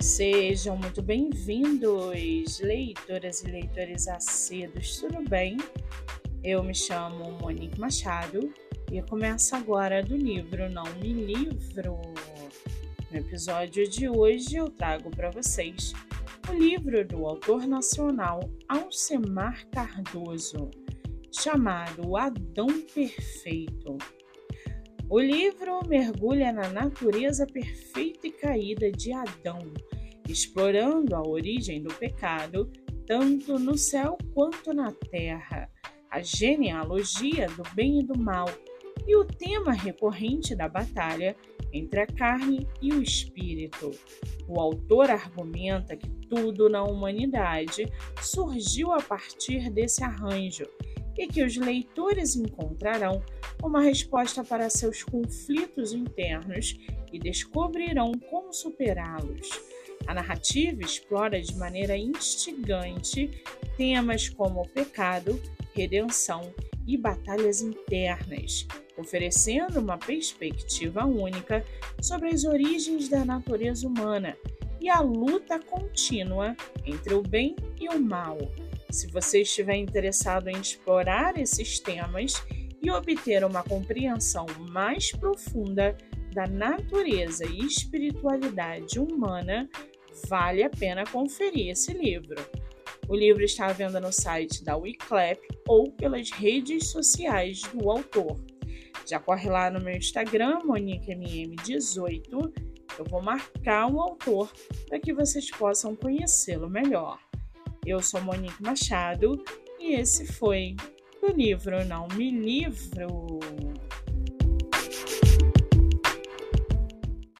Sejam muito bem-vindos, leitoras e leitores assíduos, tudo bem? Eu me chamo Monique Machado e começo agora do livro Não Me Livro. No episódio de hoje eu trago para vocês o livro do autor nacional Alcemar Cardoso, chamado Adão Perfeito. O livro mergulha na natureza perfeita e caída de Adão, explorando a origem do pecado, tanto no céu quanto na terra, a genealogia do bem e do mal, e o tema recorrente da batalha entre a carne e o espírito. O autor argumenta que tudo na humanidade surgiu a partir desse arranjo, e que os leitores encontrarão uma resposta para seus conflitos internos e descobrirão como superá-los. A narrativa explora de maneira instigante temas como pecado, redenção e batalhas internas, oferecendo uma perspectiva única sobre as origens da natureza humana e a luta contínua entre o bem e o mal. Se você estiver interessado em explorar esses temas e obter uma compreensão mais profunda da natureza e espiritualidade humana, vale a pena conferir esse livro. O livro está à venda no site da Wiclap ou pelas redes sociais do autor. Já corre lá no meu Instagram, MoniqueMM18, eu vou marcar um autor para que vocês possam conhecê-lo melhor. Eu sou Monique Machado e esse foi o livro Não Me Livro.